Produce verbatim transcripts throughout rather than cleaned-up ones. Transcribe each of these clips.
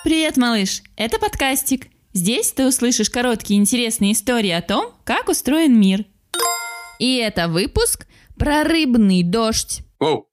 Привет, малыш! Это подкастик. Здесь ты услышишь короткие интересные истории о том, как устроен мир. И это выпуск про рыбный дождь. Оу.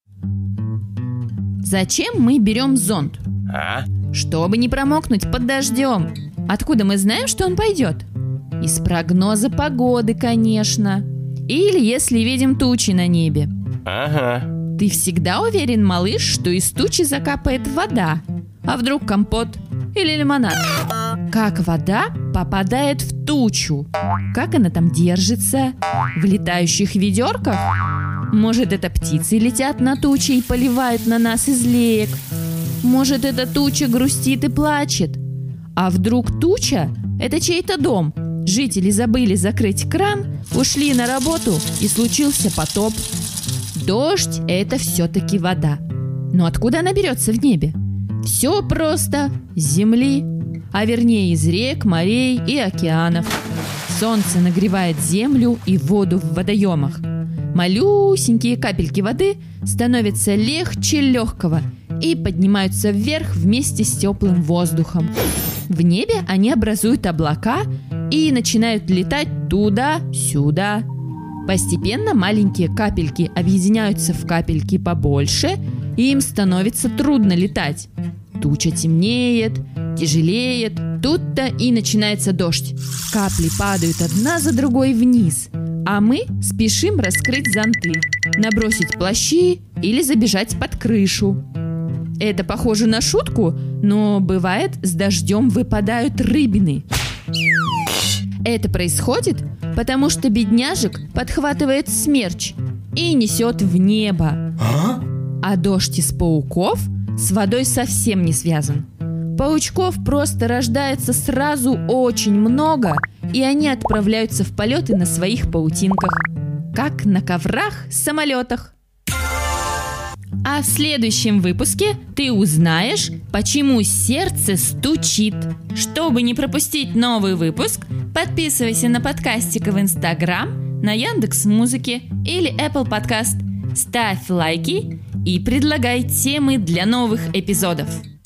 Зачем мы берем зонт? А? Чтобы не промокнуть под дождем. Откуда мы знаем, что он пойдет? Из прогноза погоды, конечно. Или если видим тучи на небе. Ага. Ты всегда уверен, малыш, что из тучи закапает вода? А вдруг компот или лимонад? Как вода попадает в тучу? Как она там держится? В летающих ведерках? Может, это птицы летят на тучи и поливают на нас из леек? Может, эта туча грустит и плачет? А вдруг туча – это чей-то дом? Жители забыли закрыть кран, ушли на работу, и случился потоп. Дождь – это все-таки вода. Но откуда она берется в небе? Все просто с земли, а вернее из рек, морей и океанов. Солнце нагревает землю и воду в водоемах. Малюсенькие капельки воды становятся легче легкого и поднимаются вверх вместе с теплым воздухом. В небе они образуют облака и начинают летать туда-сюда. Постепенно маленькие капельки объединяются в капельки побольше, и им становится трудно летать. Туча темнеет, тяжелеет, тут-то и начинается дождь. Капли падают одна за другой вниз, а мы спешим раскрыть зонты, набросить плащи или забежать под крышу. Это похоже на шутку, но бывает, с дождем выпадают рыбины. Это происходит, потому что бедняжек подхватывает смерч и несет в небо. А? А дождь из пауков с водой совсем не связан. Паучков просто рождается сразу очень много, и они отправляются в полеты на своих паутинках, как на коврах-самолетах. А в следующем выпуске ты узнаешь, почему сердце стучит. Чтобы не пропустить новый выпуск, подписывайся на подкастик в Инстаграм, на Яндекс.Музыке или Apple Podcast. Ставь лайки и предлагай темы для новых эпизодов.